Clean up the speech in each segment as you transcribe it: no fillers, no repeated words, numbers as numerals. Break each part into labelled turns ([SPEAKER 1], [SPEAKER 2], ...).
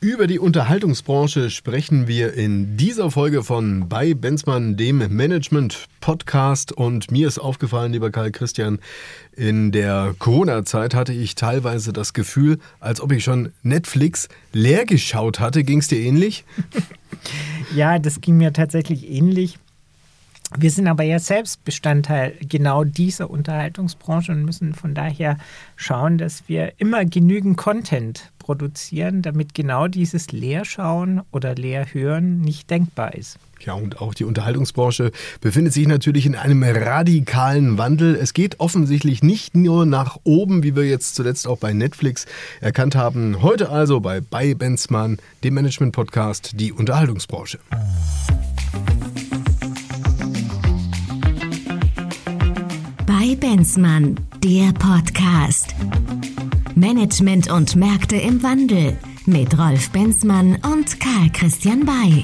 [SPEAKER 1] Über die Unterhaltungsbranche sprechen wir in dieser Folge von bei Benzmann, dem Management-Podcast. Und mir ist aufgefallen, lieber Karl Christian, in der Corona-Zeit hatte ich teilweise das Gefühl, als ob ich schon Netflix leer geschaut hatte. Ging es dir ähnlich?
[SPEAKER 2] Ja, das ging mir tatsächlich ähnlich. Wir sind aber ja selbst Bestandteil genau dieser Unterhaltungsbranche und müssen von daher schauen, dass wir immer genügend Content produzieren, damit genau dieses Leerschauen oder Leerhören nicht denkbar ist.
[SPEAKER 1] Ja, und auch die Unterhaltungsbranche befindet sich natürlich in einem radikalen Wandel. Es geht offensichtlich nicht nur nach oben, wie wir jetzt zuletzt auch bei Netflix erkannt haben. Heute also bei Benzmann, dem Management-Podcast, die Unterhaltungsbranche.
[SPEAKER 3] Bei Benzmann, der Podcast. Management und Märkte im Wandel mit Rolf Benzmann und Karl Christian Bay.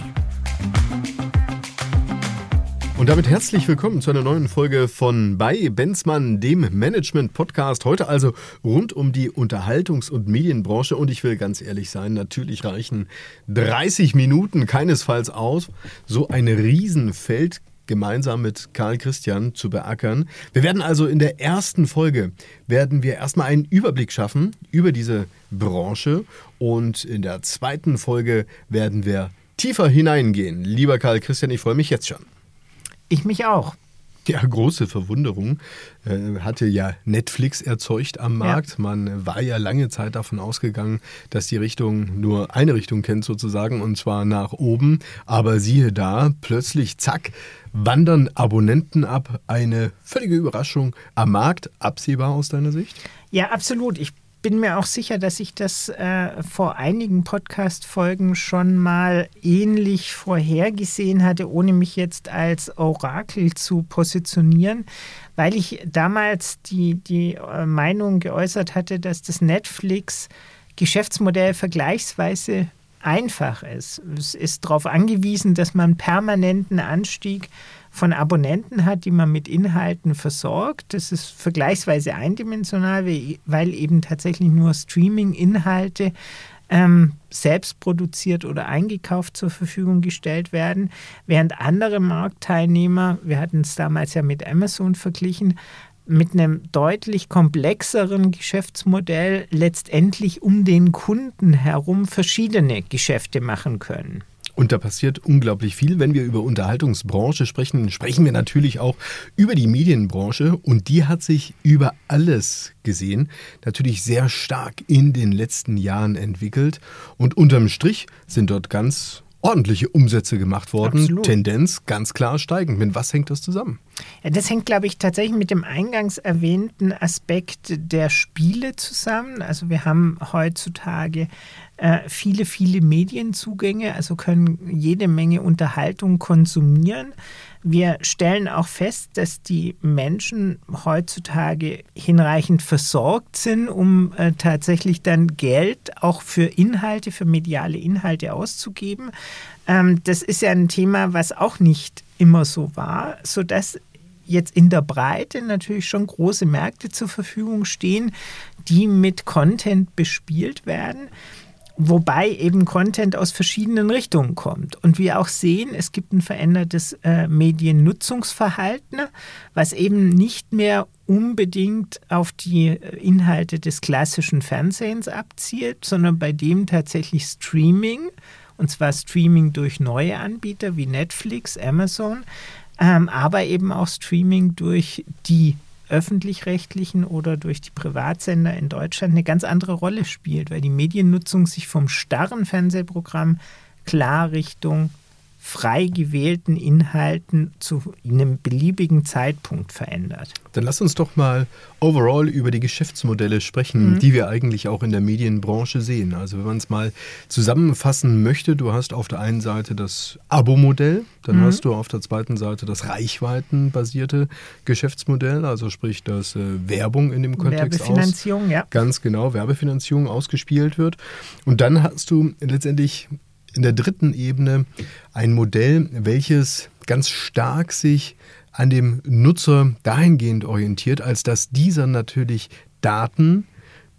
[SPEAKER 1] Und damit herzlich willkommen zu einer neuen Folge von bei Benzmann, dem Management-Podcast. Heute also rund um die Unterhaltungs- und Medienbranche. Und ich will ganz ehrlich sein, natürlich reichen 30 Minuten keinesfalls aus, so ein Riesenfeld gemeinsam mit Karl Christian zu beackern. Wir werden also in der ersten Folge erstmal einen Überblick schaffen über diese Branche und in der zweiten Folge werden wir tiefer hineingehen. Lieber Karl Christian, ich freue mich jetzt schon.
[SPEAKER 2] Ich mich auch.
[SPEAKER 1] Ja, große Verwunderung hatte ja Netflix erzeugt am Markt. Ja. Man war ja lange Zeit davon ausgegangen, dass die Richtung nur eine Richtung kennt sozusagen, und zwar nach oben. Aber siehe da, plötzlich, zack, wandern Abonnenten ab. Eine völlige Überraschung am Markt. Absehbar aus deiner Sicht?
[SPEAKER 2] Ja, absolut. Ich bin mir auch sicher, dass ich das vor einigen Podcast-Folgen schon mal ähnlich vorhergesehen hatte, ohne mich jetzt als Orakel zu positionieren, weil ich damals die Meinung geäußert hatte, dass das Netflix-Geschäftsmodell vergleichsweise einfach ist. Es ist darauf angewiesen, dass man permanenten Anstieg von Abonnenten hat, die man mit Inhalten versorgt. Das ist vergleichsweise eindimensional, weil eben tatsächlich nur Streaming-Inhalte selbst produziert oder eingekauft zur Verfügung gestellt werden, während andere Marktteilnehmer, wir hatten es damals ja mit Amazon verglichen, mit einem deutlich komplexeren Geschäftsmodell letztendlich um den Kunden herum verschiedene Geschäfte machen können.
[SPEAKER 1] Und da passiert unglaublich viel. Wenn wir über Unterhaltungsbranche sprechen, sprechen wir natürlich auch über die Medienbranche. Und die hat sich über alles gesehen natürlich sehr stark in den letzten Jahren entwickelt. Und unterm Strich sind dort ganz ordentliche Umsätze gemacht worden.
[SPEAKER 2] Absolut.
[SPEAKER 1] Tendenz ganz klar steigend. Mit was hängt das zusammen?
[SPEAKER 2] Ja, das hängt, glaube ich, tatsächlich mit dem eingangs erwähnten Aspekt der Spiele zusammen. Also wir haben heutzutage viele Medienzugänge, also können jede Menge Unterhaltung konsumieren. Wir stellen auch fest, dass die Menschen heutzutage hinreichend versorgt sind, um tatsächlich dann Geld auch für Inhalte, für mediale Inhalte auszugeben. Das ist ja ein Thema, was auch nicht immer so war, sodass jetzt in der Breite natürlich schon große Märkte zur Verfügung stehen, die mit Content bespielt werden. Wobei eben Content aus verschiedenen Richtungen kommt. Und wir auch sehen, es gibt ein verändertes Mediennutzungsverhalten, was eben nicht mehr unbedingt auf die Inhalte des klassischen Fernsehens abzielt, sondern bei dem tatsächlich Streaming, und zwar Streaming durch neue Anbieter wie Netflix, Amazon, aber eben auch Streaming durch die öffentlich-rechtlichen oder durch die Privatsender in Deutschland eine ganz andere Rolle spielt, weil die Mediennutzung sich vom starren Fernsehprogramm klar Richtung frei gewählten Inhalten zu einem beliebigen Zeitpunkt verändert.
[SPEAKER 1] Dann lass uns doch mal overall über die Geschäftsmodelle sprechen, die wir eigentlich auch in der Medienbranche sehen. Also wenn man es mal zusammenfassen möchte, du hast auf der einen Seite das Abo-Modell, dann hast du auf der zweiten Seite das reichweitenbasierte Geschäftsmodell, also sprich, dass Werbung in dem Kontext
[SPEAKER 2] Werbefinanzierung, ja.
[SPEAKER 1] Ganz genau, Werbefinanzierung ausgespielt wird. Und dann hast du letztendlich in der dritten Ebene ein Modell, welches ganz stark sich an dem Nutzer dahingehend orientiert, als dass dieser natürlich Daten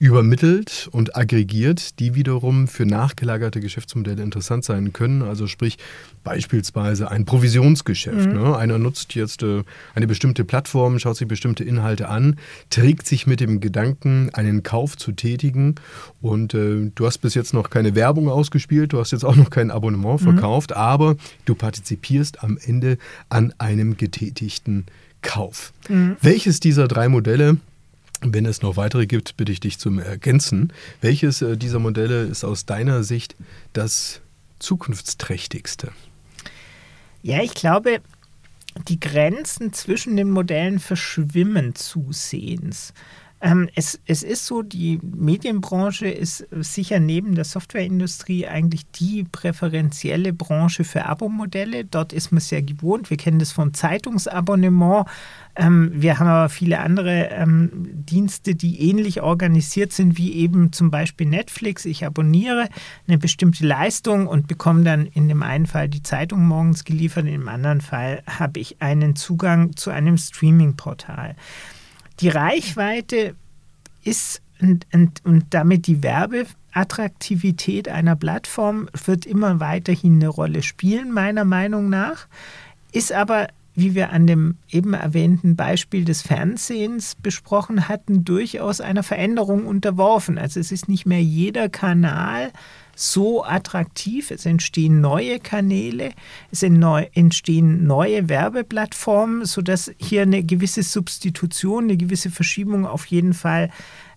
[SPEAKER 1] übermittelt und aggregiert, die wiederum für nachgelagerte Geschäftsmodelle interessant sein können. Also sprich beispielsweise ein Provisionsgeschäft. Ne? Einer nutzt jetzt eine bestimmte Plattform, schaut sich bestimmte Inhalte an, trägt sich mit dem Gedanken, einen Kauf zu tätigen. Und du hast bis jetzt noch keine Werbung ausgespielt, du hast jetzt auch noch kein Abonnement verkauft, aber du partizipierst am Ende an einem getätigten Kauf. Welches dieser 3 Modelle, wenn es noch weitere gibt, bitte ich dich zum Ergänzen. Welches dieser Modelle ist aus deiner Sicht das zukunftsträchtigste?
[SPEAKER 2] Ja, ich glaube, die Grenzen zwischen den Modellen verschwimmen zusehends. Es ist so, die Medienbranche ist sicher neben der Softwareindustrie eigentlich die präferentielle Branche für Abo-Modelle. Dort ist man es ja gewohnt. Wir kennen das vom Zeitungsabonnement. Wir haben aber viele andere Dienste, die ähnlich organisiert sind wie eben zum Beispiel Netflix. Ich abonniere eine bestimmte Leistung und bekomme dann in dem einen Fall die Zeitung morgens geliefert, im anderen Fall habe ich einen Zugang zu einem Streaming-Portal. Die Reichweite ist und damit die Werbeattraktivität einer Plattform wird immer weiterhin eine Rolle spielen, meiner Meinung nach, ist aber, wie wir an dem eben erwähnten Beispiel des Fernsehens besprochen hatten, durchaus einer Veränderung unterworfen. Also es ist nicht mehr jeder Kanal so attraktiv, es entstehen neue Kanäle, es entstehen neue Werbeplattformen, sodass hier eine gewisse Substitution, eine gewisse Verschiebung auf jeden Fall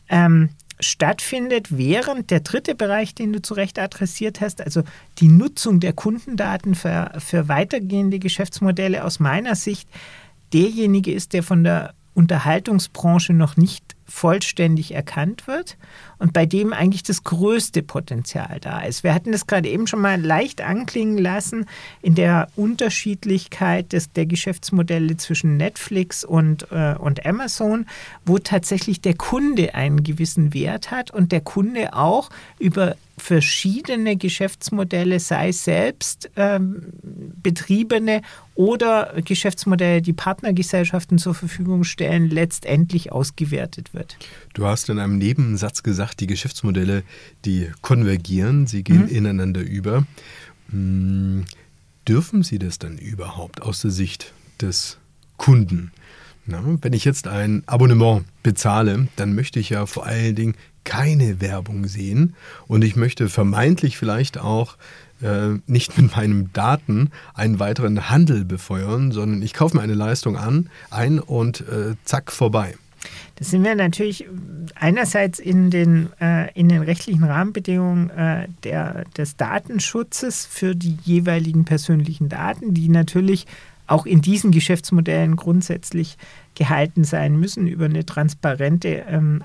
[SPEAKER 2] stattfindet, während der dritte Bereich, den du zu Recht adressiert hast, also die Nutzung der Kundendaten für weitergehende Geschäftsmodelle aus meiner Sicht derjenige ist, der von der Unterhaltungsbranche noch nicht vollständig erkannt wird und bei dem eigentlich das größte Potenzial da ist. Wir hatten das gerade eben schon mal leicht anklingen lassen in der Unterschiedlichkeit der Geschäftsmodelle zwischen Netflix und Amazon, wo tatsächlich der Kunde einen gewissen Wert hat und der Kunde auch über verschiedene Geschäftsmodelle, sei es selbst betriebene oder Geschäftsmodelle, die Partnergesellschaften zur Verfügung stellen, letztendlich ausgewertet wird.
[SPEAKER 1] Du hast in einem Nebensatz gesagt, die Geschäftsmodelle, die konvergieren, sie gehen ineinander über. Dürfen sie das dann überhaupt aus der Sicht des Kunden? Na, wenn ich jetzt ein Abonnement bezahle, dann möchte ich ja vor allen Dingen keine Werbung sehen und ich möchte vermeintlich vielleicht auch nicht mit meinen Daten einen weiteren Handel befeuern, sondern ich kaufe mir eine Leistung ein und zack, vorbei.
[SPEAKER 2] Das sind wir natürlich einerseits in den rechtlichen Rahmenbedingungen des Datenschutzes für die jeweiligen persönlichen Daten, die natürlich auch in diesen Geschäftsmodellen grundsätzlich gehalten sein müssen über eine transparente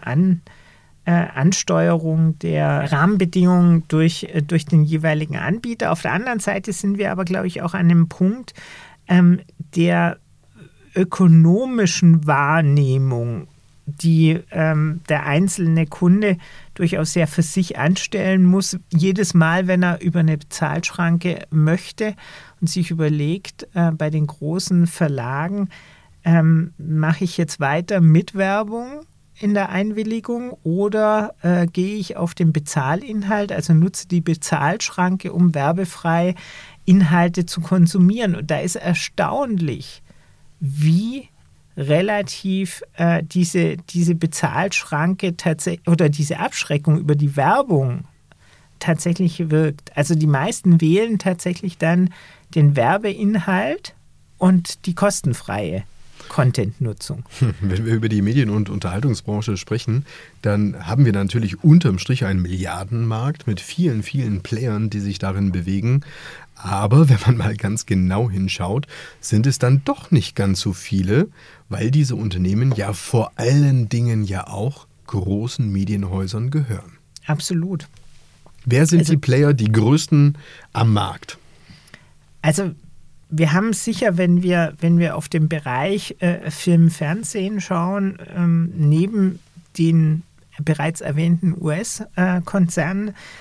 [SPEAKER 2] Ansteuerung der Rahmenbedingungen durch den jeweiligen Anbieter. Auf der anderen Seite sind wir aber, glaube ich, auch an einem Punkt der ökonomischen Wahrnehmung, die der einzelne Kunde durchaus sehr für sich anstellen muss. Jedes Mal, wenn er über eine Bezahlschranke möchte und sich überlegt, bei den großen Verlagen, mache ich jetzt weiter mit Werbung in der Einwilligung oder gehe ich auf den Bezahlinhalt, also nutze die Bezahlschranke, um werbefrei Inhalte zu konsumieren. Und da ist erstaunlich, wie relativ diese Bezahlschranke tatsächlich oder diese Abschreckung über die Werbung tatsächlich wirkt. Also die meisten wählen tatsächlich dann den Werbeinhalt und die kostenfreie Content-Nutzung.
[SPEAKER 1] Wenn wir über die Medien- und Unterhaltungsbranche sprechen, dann haben wir natürlich unterm Strich einen Milliardenmarkt mit vielen, vielen Playern, die sich darin bewegen. Aber wenn man mal ganz genau hinschaut, sind es dann doch nicht ganz so viele, weil diese Unternehmen ja vor allen Dingen ja auch großen Medienhäusern gehören.
[SPEAKER 2] Absolut.
[SPEAKER 1] Wer sind die Player, die größten am Markt?
[SPEAKER 2] Also wir haben sicher, wenn wir auf den Bereich Film, Fernsehen schauen, neben den bereits erwähnten US-Konzernen,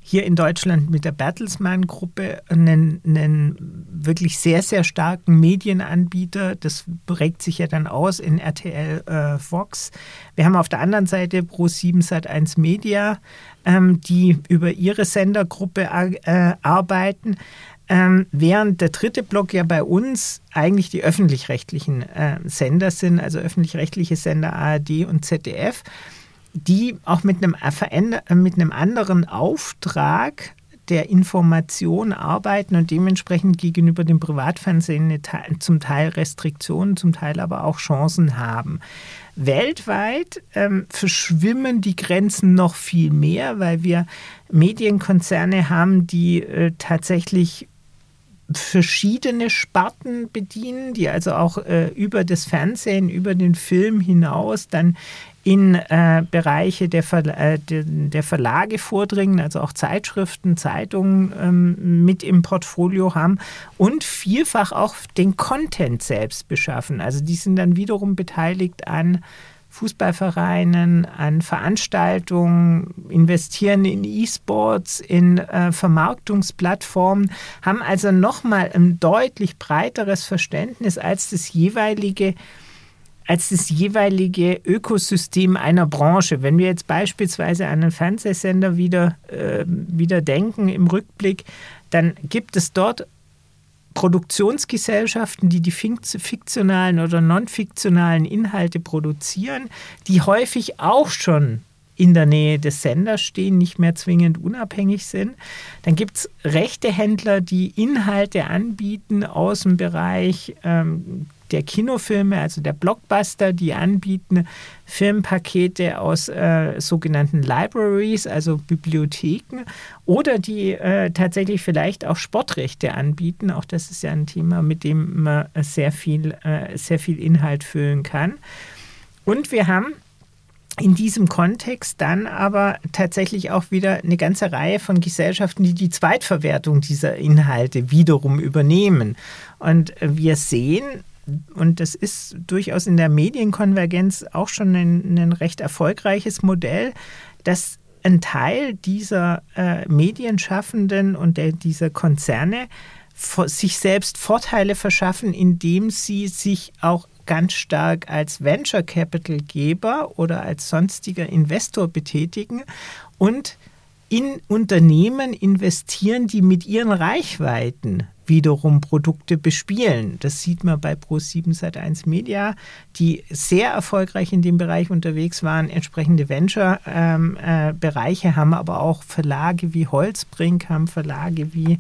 [SPEAKER 2] hier in Deutschland mit der Bertelsmann-Gruppe einen wirklich sehr, sehr starken Medienanbieter. Das prägt sich ja dann aus in RTL Vox. Wir haben auf der anderen Seite Pro7 Sat.1 Media, die über ihre Sendergruppe arbeiten. Während der dritte Block ja bei uns eigentlich die öffentlich-rechtlichen Sender sind, also öffentlich-rechtliche Sender ARD und ZDF, die auch mit einem anderen Auftrag der Information arbeiten und dementsprechend gegenüber dem Privatfernsehen zum Teil Restriktionen, zum Teil aber auch Chancen haben. Weltweit verschwimmen die Grenzen noch viel mehr, weil wir Medienkonzerne haben, die tatsächlich verschiedene Sparten bedienen, die also auch über das Fernsehen, über den Film hinaus dann in Bereiche der Verlage vordringen, also auch Zeitschriften, Zeitungen mit im Portfolio haben und vielfach auch den Content selbst beschaffen. Also die sind dann wiederum beteiligt an Fußballvereinen, an Veranstaltungen, investieren in E-Sports, in Vermarktungsplattformen, haben also nochmal ein deutlich breiteres Verständnis als das jeweilige Ökosystem einer Branche. Wenn wir jetzt beispielsweise an einen Fernsehsender wieder denken im Rückblick, dann gibt es dort Produktionsgesellschaften, die fiktionalen oder non-fiktionalen Inhalte produzieren, die häufig auch schon in der Nähe des Senders stehen, nicht mehr zwingend unabhängig sind. Dann gibt es Rechtehändler, die Inhalte anbieten aus dem Bereich der Kinofilme, also der Blockbuster, die anbieten Filmpakete aus sogenannten Libraries, also Bibliotheken, oder die tatsächlich vielleicht auch Sportrechte anbieten. Auch das ist ja ein Thema, mit dem man sehr viel Inhalt füllen kann. Und wir haben in diesem Kontext dann aber tatsächlich auch wieder eine ganze Reihe von Gesellschaften, die die Zweitverwertung dieser Inhalte wiederum übernehmen. Und wir sehen, und das ist durchaus in der Medienkonvergenz auch schon ein recht erfolgreiches Modell, dass ein Teil dieser Medienschaffenden und dieser Konzerne sich selbst Vorteile verschaffen, indem sie sich auch ganz stark als Venture Capital Geber oder als sonstiger Investor betätigen und in Unternehmen investieren, die mit ihren Reichweiten wiederum Produkte bespielen. Das sieht man bei Pro7 Sat.1 Media, die sehr erfolgreich in dem Bereich unterwegs waren, entsprechende Venture-Bereiche haben, aber auch Verlage wie Holzbrink, haben Verlage wie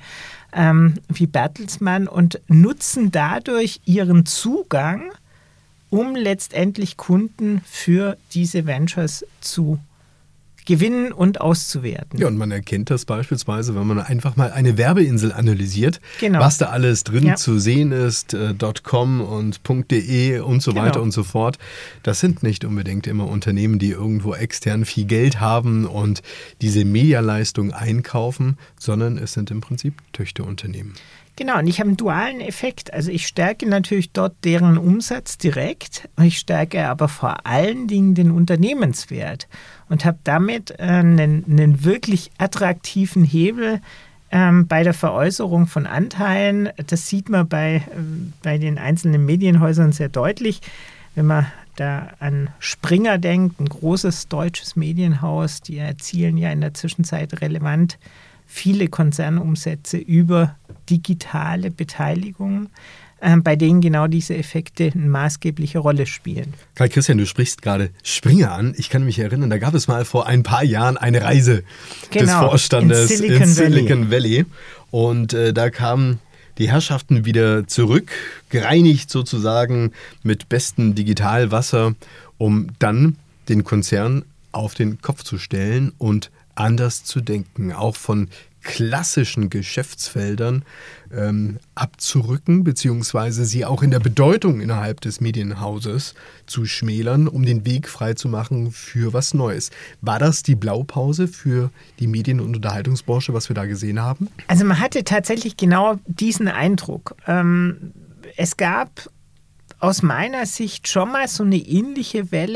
[SPEAKER 2] Bertelsmann und nutzen dadurch ihren Zugang, um letztendlich Kunden für diese Ventures zu gewinnen und auszuwerten.
[SPEAKER 1] Ja, und man erkennt das beispielsweise, wenn man einfach mal eine Werbeinsel analysiert,
[SPEAKER 2] genau,
[SPEAKER 1] was da alles drin zu sehen ist, .com und .de und so weiter und so fort. Das sind nicht unbedingt immer Unternehmen, die irgendwo extern viel Geld haben und diese Medialeistung einkaufen, sondern es sind im Prinzip Töchterunternehmen.
[SPEAKER 2] Genau, und ich habe einen dualen Effekt. Also ich stärke natürlich dort deren Umsatz direkt, ich stärke aber vor allen Dingen den Unternehmenswert und habe damit einen wirklich attraktiven Hebel bei der Veräußerung von Anteilen. Das sieht man bei den einzelnen Medienhäusern sehr deutlich. Wenn man da an Springer denkt, ein großes deutsches Medienhaus, die erzielen ja in der Zwischenzeit relevant viele Konzernumsätze über digitale Beteiligung, bei denen genau diese Effekte eine maßgebliche Rolle spielen.
[SPEAKER 1] Karl Christian, du sprichst gerade Springer an. Ich kann mich erinnern, da gab es mal vor ein paar Jahren eine Reise des Vorstandes in Silicon Valley. Und da kamen die Herrschaften wieder zurück, gereinigt sozusagen mit bestem Digitalwasser, um dann den Konzern auf den Kopf zu stellen und anders zu denken, auch von klassischen Geschäftsfeldern abzurücken, beziehungsweise sie auch in der Bedeutung innerhalb des Medienhauses zu schmälern, um den Weg frei zu machen für was Neues. War das die Blaupause für die Medien- und Unterhaltungsbranche, was wir da gesehen haben?
[SPEAKER 2] Also man hatte tatsächlich genau diesen Eindruck. Es gab aus meiner Sicht schon mal so eine ähnliche Welle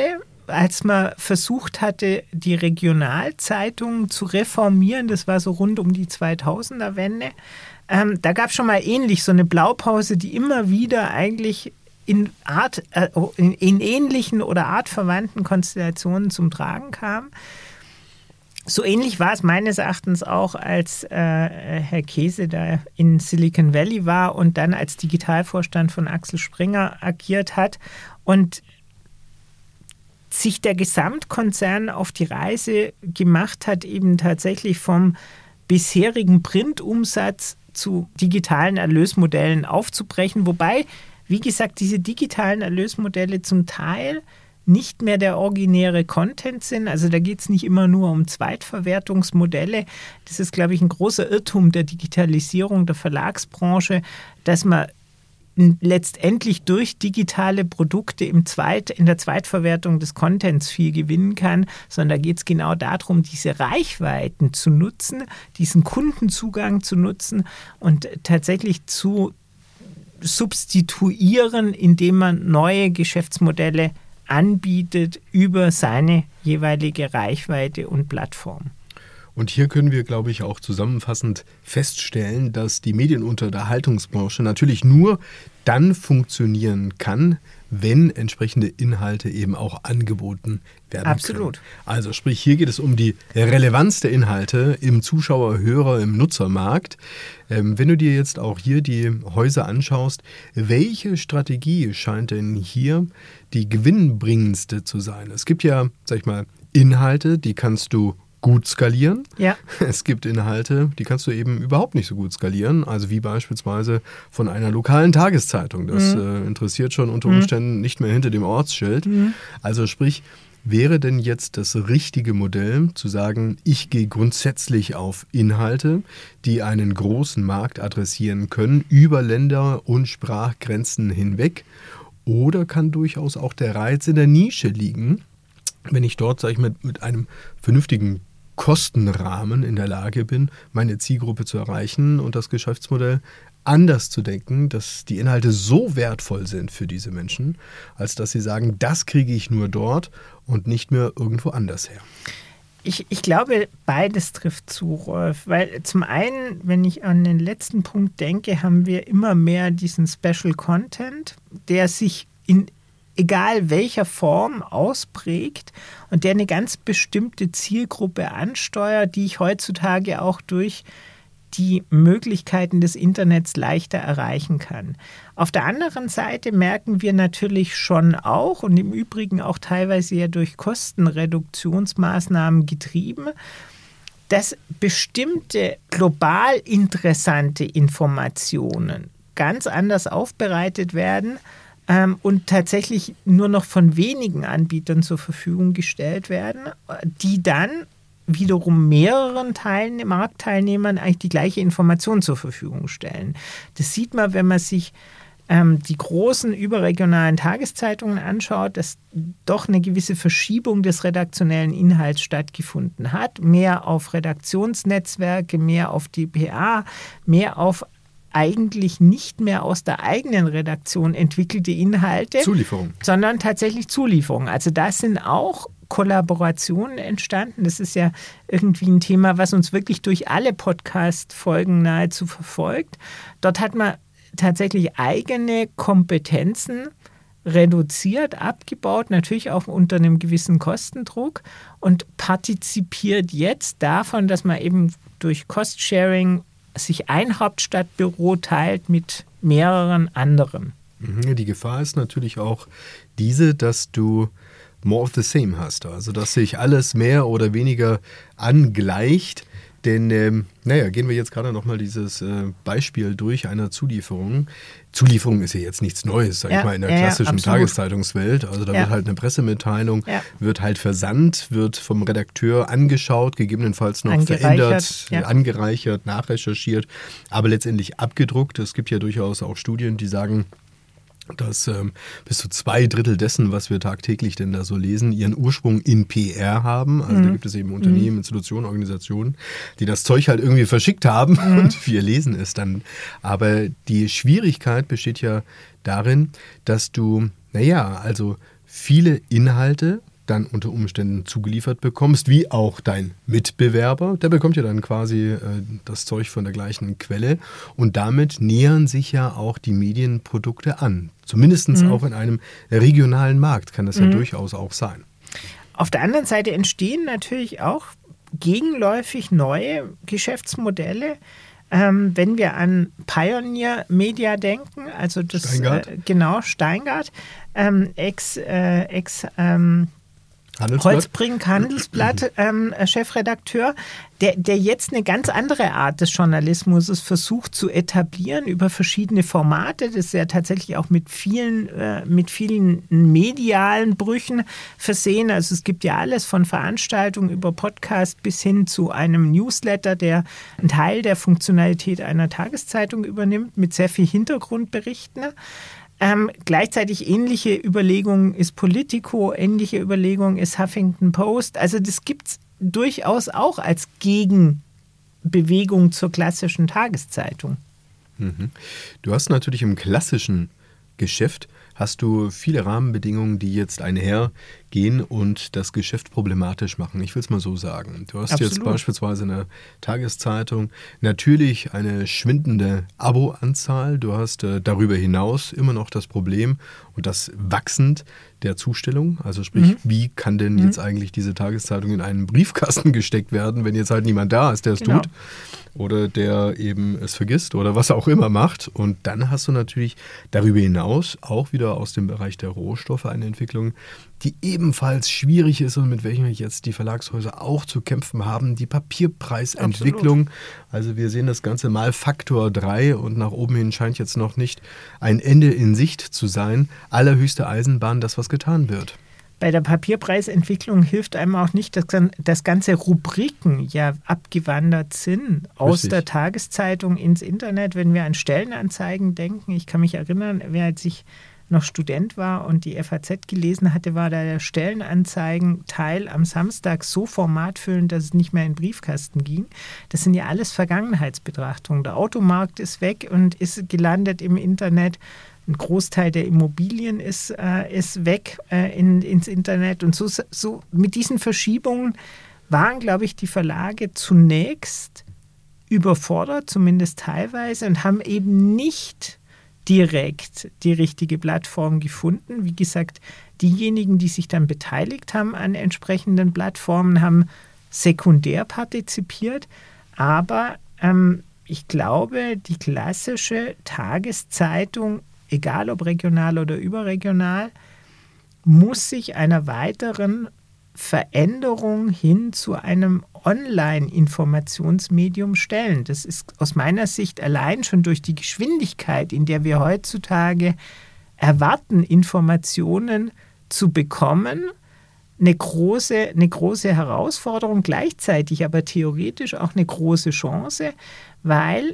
[SPEAKER 2] als man versucht hatte, die Regionalzeitungen zu reformieren, das war so rund um die 2000er-Wende, da gab es schon mal ähnlich so eine Blaupause, die immer wieder eigentlich in ähnlichen oder artverwandten Konstellationen zum Tragen kam. So ähnlich war es meines Erachtens auch, als Herr Käse da in Silicon Valley war und dann als Digitalvorstand von Axel Springer agiert hat und sich der Gesamtkonzern auf die Reise gemacht hat, eben tatsächlich vom bisherigen Printumsatz zu digitalen Erlösmodellen aufzubrechen. Wobei, wie gesagt, diese digitalen Erlösmodelle zum Teil nicht mehr der originäre Content sind. Also da geht es nicht immer nur um Zweitverwertungsmodelle. Das ist, glaube ich, ein großer Irrtum der Digitalisierung der Verlagsbranche, dass man letztendlich durch digitale Produkte in der Zweitverwertung des Contents viel gewinnen kann, sondern da geht es genau darum, diese Reichweiten zu nutzen, diesen Kundenzugang zu nutzen und tatsächlich zu substituieren, indem man neue Geschäftsmodelle anbietet über seine jeweilige Reichweite und Plattform.
[SPEAKER 1] Und hier können wir, glaube ich, auch zusammenfassend feststellen, dass die Medien- und Unterhaltungsbranche natürlich nur dann funktionieren kann, wenn entsprechende Inhalte eben auch angeboten werden
[SPEAKER 2] Absolut.
[SPEAKER 1] können. Also sprich, hier geht es um die Relevanz der Inhalte im Zuschauer-, Hörer-, im Nutzermarkt. Wenn du dir jetzt auch hier die Häuser anschaust, welche Strategie scheint denn hier die gewinnbringendste zu sein? Es gibt ja, sag ich mal, Inhalte, die kannst du gut skalieren.
[SPEAKER 2] Ja.
[SPEAKER 1] Es gibt Inhalte, die kannst du eben überhaupt nicht so gut skalieren, also wie beispielsweise von einer lokalen Tageszeitung. Das interessiert schon unter Umständen nicht mehr hinter dem Ortsschild. Also sprich, wäre denn jetzt das richtige Modell zu sagen, ich gehe grundsätzlich auf Inhalte, die einen großen Markt adressieren können, über Länder- und Sprachgrenzen hinweg, oder kann durchaus auch der Reiz in der Nische liegen, wenn ich dort, sage ich mal, mit einem vernünftigen Kostenrahmen in der Lage bin, meine Zielgruppe zu erreichen und das Geschäftsmodell anders zu denken, dass die Inhalte so wertvoll sind für diese Menschen, als dass sie sagen, das kriege ich nur dort und nicht mehr irgendwo anders her.
[SPEAKER 2] Ich glaube, beides trifft zu, Rolf, weil zum einen, wenn ich an den letzten Punkt denke, haben wir immer mehr diesen Special Content, der sich in egal welcher Form ausprägt und der eine ganz bestimmte Zielgruppe ansteuert, die ich heutzutage auch durch die Möglichkeiten des Internets leichter erreichen kann. Auf der anderen Seite merken wir natürlich schon auch und im Übrigen auch teilweise ja durch Kostenreduktionsmaßnahmen getrieben, dass bestimmte global interessante Informationen ganz anders aufbereitet werden und tatsächlich nur noch von wenigen Anbietern zur Verfügung gestellt werden, die dann wiederum mehreren Marktteilnehmern eigentlich die gleiche Information zur Verfügung stellen. Das sieht man, wenn man sich die großen überregionalen Tageszeitungen anschaut, dass doch eine gewisse Verschiebung des redaktionellen Inhalts stattgefunden hat. Mehr auf Redaktionsnetzwerke, mehr auf DPA, mehr auf eigentlich nicht mehr aus der eigenen Redaktion entwickelte Inhalte,
[SPEAKER 1] Zulieferung,
[SPEAKER 2] sondern tatsächlich Zulieferung. Also da sind auch Kollaborationen entstanden. Das ist ja irgendwie ein Thema, was uns wirklich durch alle Podcast-Folgen nahezu verfolgt. Dort hat man tatsächlich eigene Kompetenzen reduziert, abgebaut, natürlich auch unter einem gewissen Kostendruck und partizipiert jetzt davon, dass man eben durch Cost-Sharing sich ein Hauptstadtbüro teilt mit mehreren anderen.
[SPEAKER 1] Die Gefahr ist natürlich auch diese, dass du more of the same hast. Also dass sich alles mehr oder weniger angleicht. Denn, gehen wir jetzt gerade nochmal dieses Beispiel durch einer Zulieferung. Zulieferung ist ja jetzt nichts Neues, sag ich mal, in der klassischen Tageszeitungswelt. Also da wird halt eine Pressemitteilung, wird halt versandt, wird vom Redakteur angeschaut, gegebenenfalls noch verändert, angereichert, nachrecherchiert, aber letztendlich abgedruckt. Es gibt ja durchaus auch Studien, die sagen, dass bis zu 2/3 dessen, was wir tagtäglich denn da so lesen, ihren Ursprung in PR haben. Also da gibt es eben Unternehmen, Institutionen, Organisationen, die das Zeug halt irgendwie verschickt haben und wir lesen es dann. Aber die Schwierigkeit besteht ja darin, dass du, also viele Inhalte dann unter Umständen zugeliefert bekommst, wie auch dein Mitbewerber. Der bekommt ja dann quasi das Zeug von der gleichen Quelle und damit nähern sich ja auch die Medienprodukte an. Zumindest auch in einem regionalen Markt kann das ja durchaus auch sein.
[SPEAKER 2] Auf der anderen Seite entstehen natürlich auch gegenläufig neue Geschäftsmodelle. Wenn wir an Pioneer Media denken, also das Steingart, Holzbrink Handelsblatt Chefredakteur, der jetzt eine ganz andere Art des Journalismus versucht zu etablieren über verschiedene Formate. Das ist ja tatsächlich auch mit vielen medialen Brüchen versehen. Also es gibt ja alles von Veranstaltungen über Podcast bis hin zu einem Newsletter, der einen Teil der Funktionalität einer Tageszeitung übernimmt, mit sehr viel Hintergrundberichten. Gleichzeitig ähnliche Überlegungen ist Politico, ähnliche Überlegungen ist Huffington Post. Also das gibt es durchaus auch als Gegenbewegung zur klassischen Tageszeitung.
[SPEAKER 1] Du hast natürlich im klassischen Geschäft hast du viele Rahmenbedingungen, die jetzt einhergehen und das Geschäft problematisch machen. Ich will es mal so sagen. Du hast jetzt beispielsweise in der Tageszeitung natürlich eine schwindende Abo-Anzahl. Du hast darüber hinaus immer noch das Problem und das wachsend der Zustellung. Also sprich, wie kann denn jetzt eigentlich diese Tageszeitung in einen Briefkasten gesteckt werden, wenn jetzt halt niemand da ist, der es tut oder der eben es vergisst oder was auch immer macht. Und dann hast du natürlich darüber hinaus auch wieder aus dem Bereich der Rohstoffe eine Entwicklung, die ebenfalls schwierig ist und mit welcher jetzt die Verlagshäuser auch zu kämpfen haben, die Papierpreisentwicklung. Absolut. Also wir sehen das Ganze mal Faktor 3 und nach oben hin scheint jetzt noch nicht ein Ende in Sicht zu sein. Allerhöchste Eisenbahn, dass was getan wird.
[SPEAKER 2] Bei der Papierpreisentwicklung hilft einem auch nicht, dass ganze Rubriken ja abgewandert sind aus der Tageszeitung ins Internet. Wenn wir an Stellenanzeigen denken, ich kann mich erinnern, als ich noch Student war und die FAZ gelesen hatte, war da der Stellenanzeigen-Teil am Samstag so formatfüllend, dass es nicht mehr in den Briefkasten ging. Das sind ja alles Vergangenheitsbetrachtungen. Der Automarkt ist weg und ist gelandet im Internet. Ein Großteil der Immobilien ist weg ins Internet. Und so mit diesen Verschiebungen waren, glaube ich, die Verlage zunächst überfordert, zumindest teilweise, und haben eben nicht direkt die richtige Plattform gefunden. Wie gesagt, diejenigen, die sich dann beteiligt haben an entsprechenden Plattformen, haben sekundär partizipiert. Aber ich glaube, die klassische Tageszeitung, egal ob regional oder überregional, muss sich einer weiteren Veränderung hin zu einem Online-Informationsmedium stellen. Das ist aus meiner Sicht allein schon durch die Geschwindigkeit, in der wir heutzutage erwarten, Informationen zu bekommen, eine große Herausforderung, gleichzeitig aber theoretisch auch eine große Chance, weil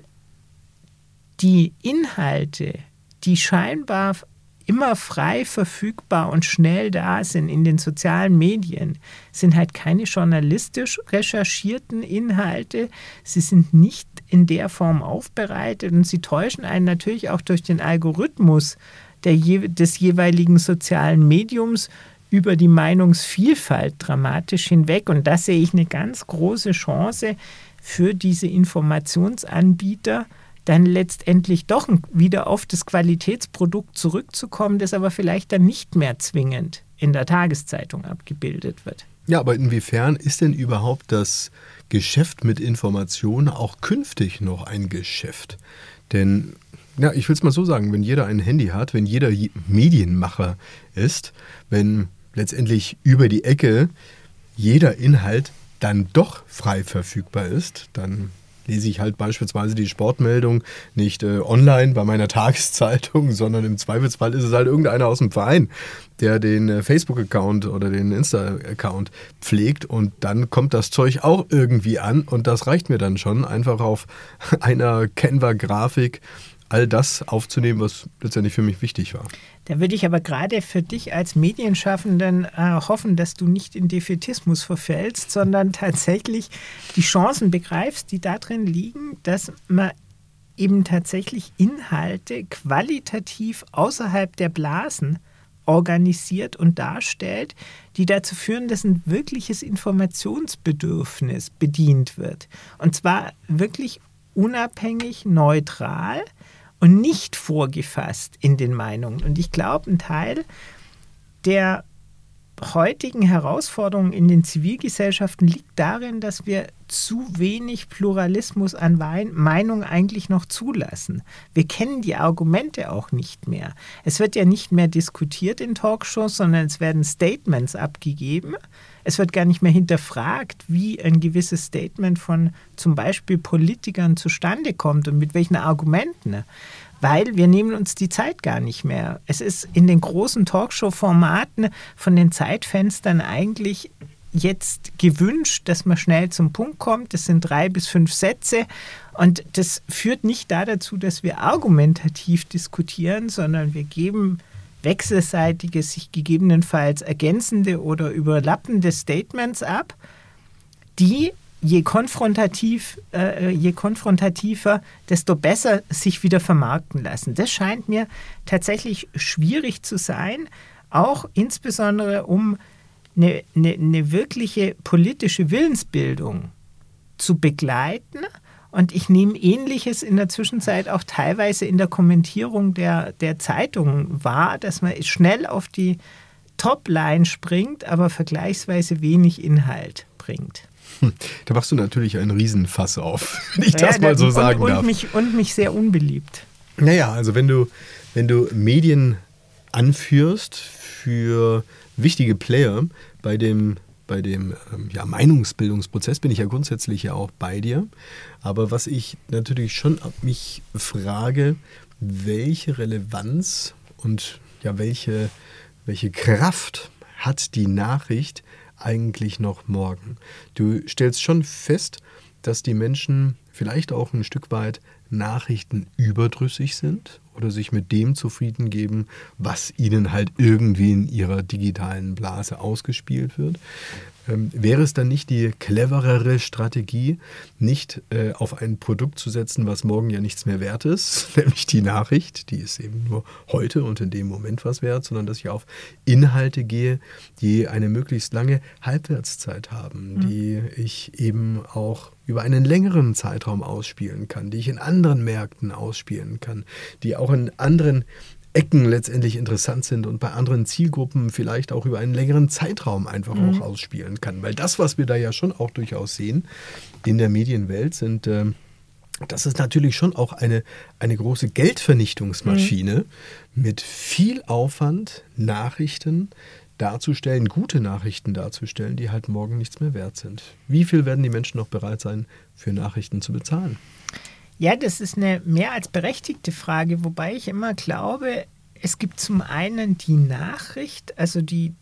[SPEAKER 2] die Inhalte, die scheinbar immer frei verfügbar und schnell da sind in den sozialen Medien, sind halt keine journalistisch recherchierten Inhalte. Sie sind nicht in der Form aufbereitet und sie täuschen einen natürlich auch durch den Algorithmus des jeweiligen sozialen Mediums über die Meinungsvielfalt dramatisch hinweg. Und da sehe ich eine ganz große Chance für diese Informationsanbieter, dann letztendlich doch wieder auf das Qualitätsprodukt zurückzukommen, das aber vielleicht dann nicht mehr zwingend in der Tageszeitung abgebildet wird.
[SPEAKER 1] Ja, aber inwiefern ist denn überhaupt das Geschäft mit Informationen auch künftig noch ein Geschäft? Denn, ja, ich will es mal so sagen, wenn jeder ein Handy hat, wenn jeder Medienmacher ist, wenn letztendlich über die Ecke jeder Inhalt dann doch frei verfügbar ist, dann lese ich halt beispielsweise die Sportmeldung nicht online bei meiner Tageszeitung, sondern im Zweifelsfall ist es halt irgendeiner aus dem Verein, der den Facebook-Account oder den Insta-Account pflegt und dann kommt das Zeug auch irgendwie an und das reicht mir dann schon, einfach auf einer Canva-Grafik all das aufzunehmen, was letztendlich für mich wichtig war.
[SPEAKER 2] Da würde ich aber gerade für dich als Medienschaffenden hoffen, dass du nicht in Defätismus verfällst, sondern tatsächlich die Chancen begreifst, die darin liegen, dass man eben tatsächlich Inhalte qualitativ außerhalb der Blasen organisiert und darstellt, die dazu führen, dass ein wirkliches Informationsbedürfnis bedient wird. Und zwar wirklich unabhängig, neutral und nicht vorgefasst in den Meinungen. Und ich glaube, ein Teil der heutigen Herausforderungen in den Zivilgesellschaften liegt darin, dass wir zu wenig Pluralismus an Meinung eigentlich noch zulassen. Wir kennen die Argumente auch nicht mehr. Es wird ja nicht mehr diskutiert in Talkshows, sondern es werden Statements abgegeben. Es wird gar nicht mehr hinterfragt, wie ein gewisses Statement von zum Beispiel Politikern zustande kommt und mit welchen Argumenten. Weil wir nehmen uns die Zeit gar nicht mehr. Es ist in den großen Talkshow-Formaten von den Zeitfenstern eigentlich jetzt gewünscht, dass man schnell zum Punkt kommt. Das sind 3 bis 5 Sätze und das führt nicht dazu, dass wir argumentativ diskutieren, sondern wir geben wechselseitige, sich gegebenenfalls ergänzende oder überlappende Statements ab, die je konfrontativer, desto besser sich wieder vermarkten lassen. Das scheint mir tatsächlich schwierig zu sein, auch insbesondere um eine wirkliche politische Willensbildung zu begleiten. Und ich nehme Ähnliches in der Zwischenzeit auch teilweise in der Kommentierung der Zeitungen wahr, dass man schnell auf die Topline springt, aber vergleichsweise wenig Inhalt bringt.
[SPEAKER 1] Da machst du natürlich einen Riesenfass auf, wenn ich das mal so sagen darf.
[SPEAKER 2] Und mich sehr unbeliebt.
[SPEAKER 1] Naja, also wenn du Medien anführst für wichtige Player bei dem Meinungsbildungsprozess, bin ich ja grundsätzlich ja auch bei dir. Aber was ich natürlich schon mich frage, welche Relevanz und ja welche Kraft hat die Nachricht eigentlich noch morgen? Du stellst schon fest, dass die Menschen vielleicht auch ein Stück weit Nachrichten überdrüssig sind oder sich mit dem zufrieden geben, was ihnen halt irgendwie in ihrer digitalen Blase ausgespielt wird. Wäre es dann nicht die cleverere Strategie, nicht auf ein Produkt zu setzen, was morgen ja nichts mehr wert ist, nämlich die Nachricht, die ist eben nur heute und in dem Moment was wert, sondern dass ich auf Inhalte gehe, die eine möglichst lange Halbwertszeit haben, die ich eben auch über einen längeren Zeitraum ausspielen kann, die ich in anderen Märkten ausspielen kann, die auch in anderen Ecken letztendlich interessant sind und bei anderen Zielgruppen vielleicht auch über einen längeren Zeitraum einfach auch ausspielen kann. Weil das, was wir da ja schon auch durchaus sehen in der Medienwelt, das ist natürlich schon auch eine große Geldvernichtungsmaschine mit viel Aufwand, Nachrichten darzustellen, gute Nachrichten darzustellen, die halt morgen nichts mehr wert sind. Wie viel werden die Menschen noch bereit sein, für Nachrichten zu bezahlen?
[SPEAKER 2] Ja, das ist eine mehr als berechtigte Frage, wobei ich immer glaube, es gibt zum einen die Nachricht, also den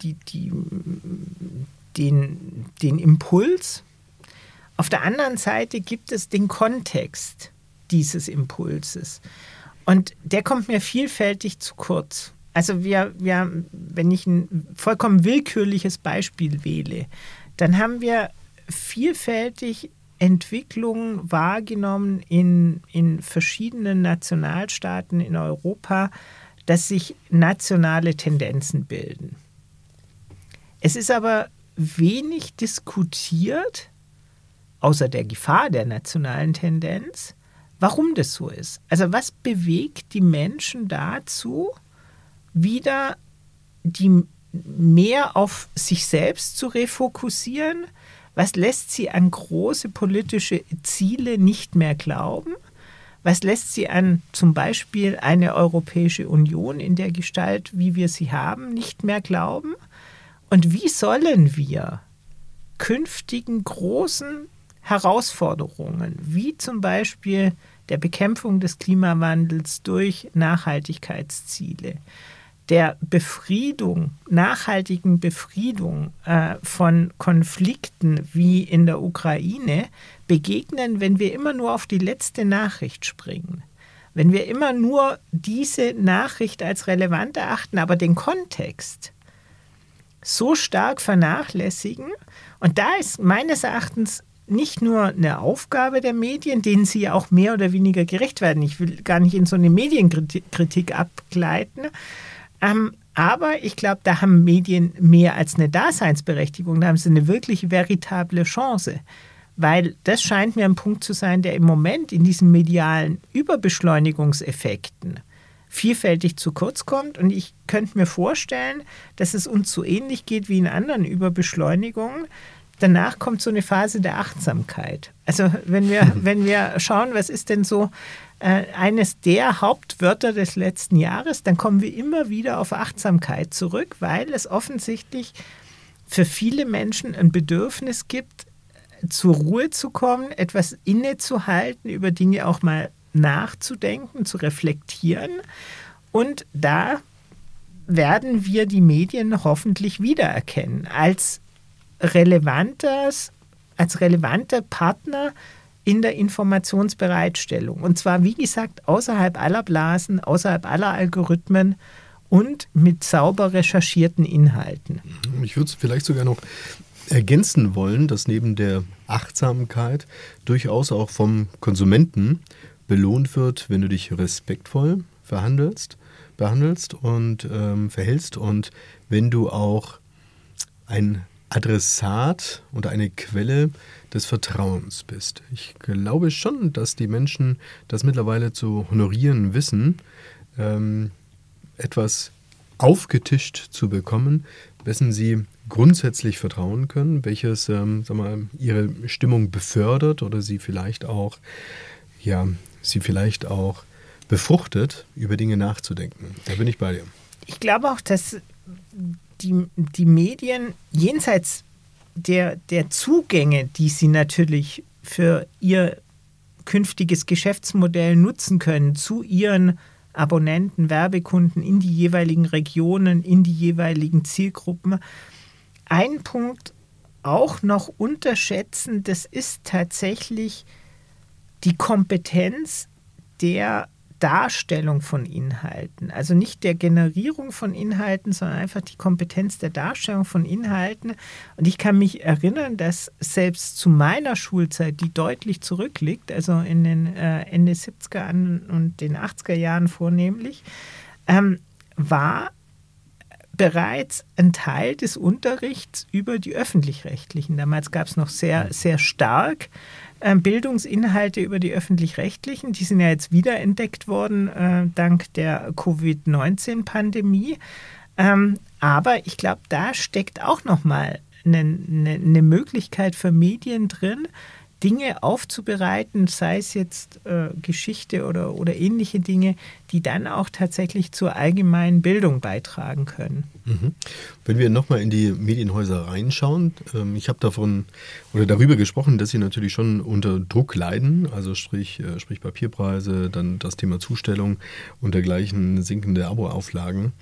[SPEAKER 2] Impuls. Auf der anderen Seite gibt es den Kontext dieses Impulses. Und der kommt mir vielfältig zu kurz. Also wenn ich ein vollkommen willkürliches Beispiel wähle, dann haben wir vielfältig Entwicklungen wahrgenommen in verschiedenen Nationalstaaten in Europa, dass sich nationale Tendenzen bilden. Es ist aber wenig diskutiert, außer der Gefahr der nationalen Tendenz, warum das so ist. Also was bewegt die Menschen dazu, wieder die mehr auf sich selbst zu refokussieren? Was lässt sie an große politische Ziele nicht mehr glauben? Was lässt sie an zum Beispiel eine Europäische Union in der Gestalt, wie wir sie haben, nicht mehr glauben? Und wie sollen wir künftigen großen Herausforderungen, wie zum Beispiel der Bekämpfung des Klimawandels durch Nachhaltigkeitsziele, der nachhaltigen Befriedung von Konflikten wie in der Ukraine begegnen, wenn wir immer nur auf die letzte Nachricht springen. Wenn wir immer nur diese Nachricht als relevant erachten, aber den Kontext so stark vernachlässigen. Und da ist meines Erachtens nicht nur eine Aufgabe der Medien, denen sie ja auch mehr oder weniger gerecht werden. Ich will gar nicht in so eine Medienkritik abgleiten. Aber ich glaube, da haben Medien mehr als eine Daseinsberechtigung, da haben sie eine wirklich veritable Chance. Weil das scheint mir ein Punkt zu sein, der im Moment in diesen medialen Überbeschleunigungseffekten vielfältig zu kurz kommt. Und ich könnte mir vorstellen, dass es uns so ähnlich geht wie in anderen Überbeschleunigungen. Danach kommt so eine Phase der Achtsamkeit. Also wenn wir schauen, was ist denn so eines der Hauptwörter des letzten Jahres, dann kommen wir immer wieder auf Achtsamkeit zurück, weil es offensichtlich für viele Menschen ein Bedürfnis gibt, zur Ruhe zu kommen, etwas innezuhalten, über Dinge auch mal nachzudenken, zu reflektieren. Und da werden wir die Medien hoffentlich wiedererkennen als relevanter Partner in der Informationsbereitstellung. Und zwar, wie gesagt, außerhalb aller Blasen, außerhalb aller Algorithmen und mit sauber recherchierten Inhalten.
[SPEAKER 1] Ich würde es vielleicht sogar noch ergänzen wollen, dass neben der Achtsamkeit durchaus auch vom Konsumenten belohnt wird, wenn du dich respektvoll behandelst und verhältst und wenn du auch ein Adressat und eine Quelle des Vertrauens bist. Ich glaube schon, dass die Menschen das mittlerweile zu honorieren wissen, etwas aufgetischt zu bekommen, wessen sie grundsätzlich vertrauen können, welches ihre Stimmung befördert oder sie vielleicht auch befruchtet, über Dinge nachzudenken. Da bin ich bei dir.
[SPEAKER 2] Ich glaube auch, dass die Medien jenseits der Zugänge, die sie natürlich für ihr künftiges Geschäftsmodell nutzen können, zu ihren Abonnenten, Werbekunden in die jeweiligen Regionen, in die jeweiligen Zielgruppen. Ein Punkt auch noch unterschätzen, das ist tatsächlich die Kompetenz der Darstellung von Inhalten. Also nicht der Generierung von Inhalten, sondern einfach die Kompetenz der Darstellung von Inhalten. Und ich kann mich erinnern, dass selbst zu meiner Schulzeit, die deutlich zurückliegt, also in den Ende 70er und den 80er Jahren vornehmlich, war bereits ein Teil des Unterrichts über die Öffentlich-Rechtlichen. Damals gab es noch sehr, sehr stark Bildungsinhalte über die Öffentlich-Rechtlichen. Die sind ja jetzt wiederentdeckt worden dank der Covid-19-Pandemie. Aber ich glaube, da steckt auch nochmal eine Möglichkeit für Medien drin, Dinge aufzubereiten, sei es jetzt Geschichte oder ähnliche Dinge, die dann auch tatsächlich zur allgemeinen Bildung beitragen können.
[SPEAKER 1] Mhm. Wenn wir nochmal in die Medienhäuser reinschauen, ich habe darüber gesprochen, dass sie natürlich schon unter Druck leiden, also sprich Papierpreise, dann das Thema Zustellung und dergleichen, sinkende Aboauflagen.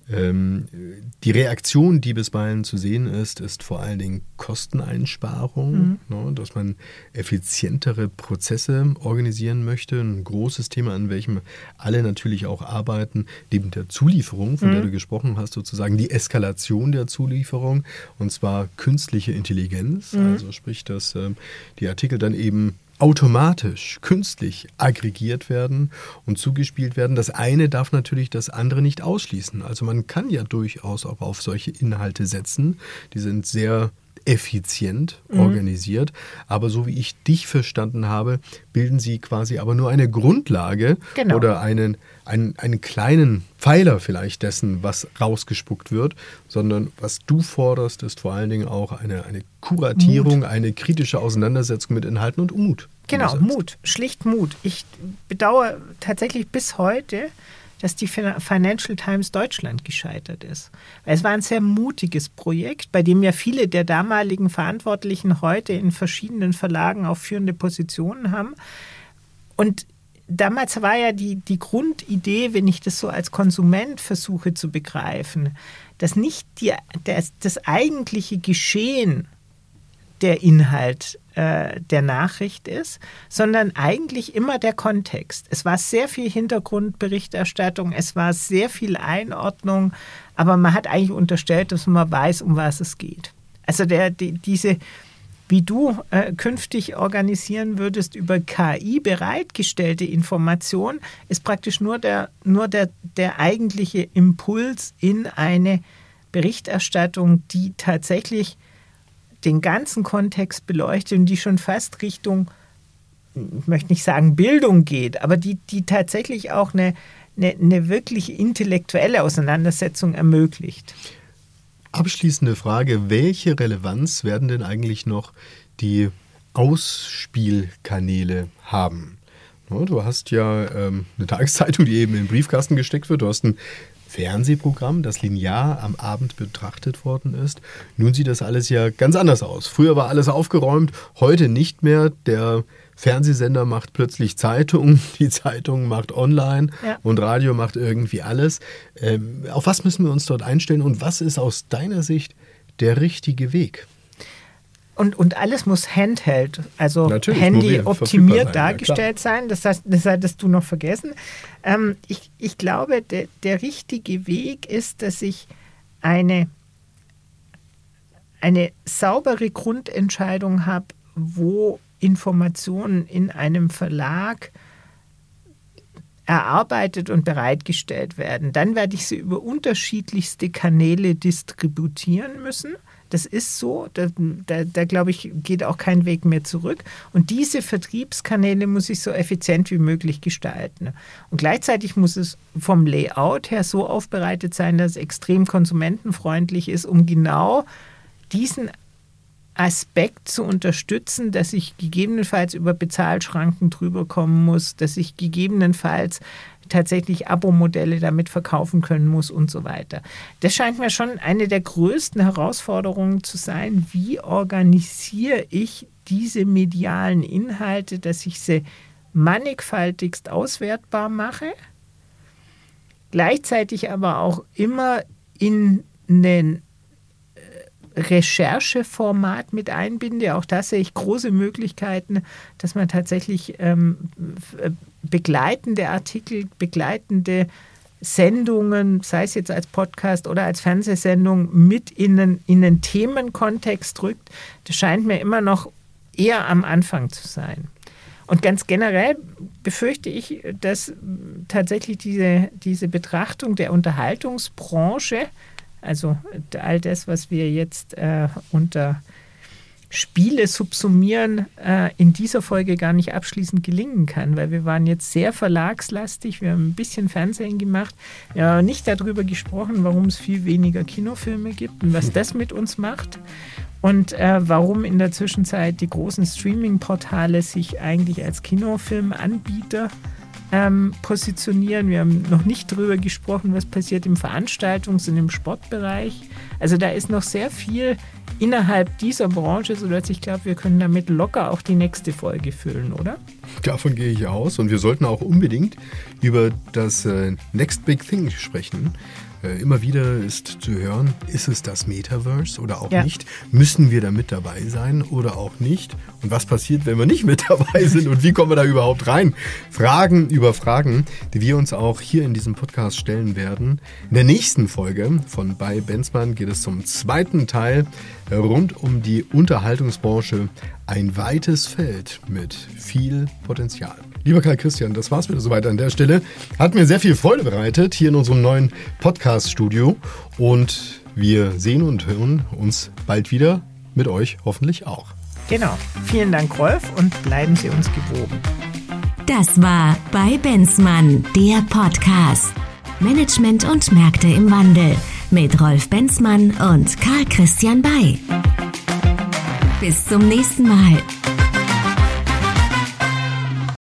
[SPEAKER 1] Die Reaktion, die bisweilen zu sehen ist vor allen Dingen Kosteneinsparung, dass man effizientere Prozesse organisieren möchte. Ein großes Thema, an welchem alle natürlich auch arbeiten, neben der Zulieferung, von der du gesprochen hast, sozusagen die Eskalation der Zulieferung, und zwar künstliche Intelligenz, also sprich, dass die Artikel dann eben automatisch, künstlich aggregiert werden und zugespielt werden. Das eine darf natürlich das andere nicht ausschließen. Also man kann ja durchaus auch auf solche Inhalte setzen. Die sind sehr effizient organisiert. Aber so wie ich dich verstanden habe, bilden sie quasi aber nur eine Grundlage oder einen kleinen Pfeiler vielleicht dessen, was rausgespuckt wird, sondern was du forderst, ist vor allen Dingen auch eine Kuratierung, eine kritische Auseinandersetzung mit Inhalten und Mut.
[SPEAKER 2] Genau, Mut, schlicht Mut. Ich bedauere tatsächlich bis heute, dass die Financial Times Deutschland gescheitert ist. Es war ein sehr mutiges Projekt, bei dem ja viele der damaligen Verantwortlichen heute in verschiedenen Verlagen auch führende Positionen haben. Und damals war ja die Grundidee, wenn ich das so als Konsument versuche zu begreifen, dass nicht das eigentliche Geschehen der Inhalt der Nachricht ist, sondern eigentlich immer der Kontext. Es war sehr viel Hintergrundberichterstattung, es war sehr viel Einordnung, aber man hat eigentlich unterstellt, dass man weiß, um was es geht. Also diese wie du künftig organisieren würdest über KI bereitgestellte Information, ist praktisch nur der eigentliche Impuls in eine Berichterstattung, die tatsächlich den ganzen Kontext beleuchtet und die schon fast Richtung, ich möchte nicht sagen Bildung geht, aber die tatsächlich auch eine wirklich intellektuelle Auseinandersetzung ermöglicht.
[SPEAKER 1] Abschließende Frage, welche Relevanz werden denn eigentlich noch die Ausspielkanäle haben? Du hast ja eine Tageszeitung, die eben in den Briefkasten gesteckt wird. Du hast ein Fernsehprogramm, das linear am Abend betrachtet worden ist. Nun sieht das alles ja ganz anders aus. Früher war alles aufgeräumt, heute nicht mehr. Der Fernsehsender macht plötzlich Zeitung, die Zeitung macht online und Radio macht irgendwie alles. Auf was müssen wir uns dort einstellen und was ist aus deiner Sicht der richtige Weg?
[SPEAKER 2] Und alles muss handheld, also
[SPEAKER 1] natürlich,
[SPEAKER 2] Handy optimiert dargestellt sein. Das hattest du noch vergessen. Ich glaube, der richtige Weg ist, dass ich eine saubere Grundentscheidung habe, wo Informationen in einem Verlag erarbeitet und bereitgestellt werden. Dann werde ich sie über unterschiedlichste Kanäle distributieren müssen. Das ist so, da glaube ich, geht auch kein Weg mehr zurück. Und diese Vertriebskanäle muss ich so effizient wie möglich gestalten. Und gleichzeitig muss es vom Layout her so aufbereitet sein, dass es extrem konsumentenfreundlich ist, um genau diesen Aspekt zu unterstützen, dass ich gegebenenfalls über Bezahlschranken drüber kommen muss, dass ich gegebenenfalls tatsächlich Abo-Modelle damit verkaufen können muss und so weiter. Das scheint mir schon eine der größten Herausforderungen zu sein. Wie organisiere ich diese medialen Inhalte, dass ich sie mannigfaltigst auswertbar mache, gleichzeitig aber auch immer in einen Rechercheformat mit einbinde. Auch da sehe ich große Möglichkeiten, dass man tatsächlich begleitende Artikel, begleitende Sendungen, sei es jetzt als Podcast oder als Fernsehsendung, mit in einen Themenkontext rückt. Das scheint mir immer noch eher am Anfang zu sein. Und ganz generell befürchte ich, dass tatsächlich diese Betrachtung der Unterhaltungsbranche, also all das, was wir jetzt unter Spiele subsumieren, in dieser Folge gar nicht abschließend gelingen kann, weil wir waren jetzt sehr verlagslastig, wir haben ein bisschen Fernsehen gemacht, wir haben nicht darüber gesprochen, warum es viel weniger Kinofilme gibt und was das mit uns macht und warum in der Zwischenzeit die großen Streaming-Portale sich eigentlich als Kinofilmanbieter positionieren. Wir haben noch nicht darüber gesprochen, was passiert im Veranstaltungs- und im Sportbereich. Also da ist noch sehr viel innerhalb dieser Branche, sodass ich glaube, wir können damit locker auch die nächste Folge füllen, oder?
[SPEAKER 1] Davon gehe ich aus und wir sollten auch unbedingt über das Next Big Thing sprechen. Immer wieder ist zu hören, ist es das Metaverse oder auch nicht? Müssen wir da mit dabei sein oder auch nicht? Und was passiert, wenn wir nicht mit dabei sind und wie kommen wir da überhaupt rein? Fragen über Fragen, die wir uns auch hier in diesem Podcast stellen werden. In der nächsten Folge von bei Benzmann geht es zum zweiten Teil rund um die Unterhaltungsbranche. Ein weites Feld mit viel Potenzial. Lieber Karl Christian, das war's wieder soweit an der Stelle. Hat mir sehr viel Freude bereitet hier in unserem neuen Podcast-Studio. Und wir sehen und hören uns bald wieder mit euch hoffentlich auch.
[SPEAKER 2] Genau. Vielen Dank, Rolf, und bleiben Sie uns gewogen.
[SPEAKER 3] Das war bei Benzmann, der Podcast. Management und Märkte im Wandel mit Rolf Benzmann und Karl Christian Bay. Bis zum nächsten Mal.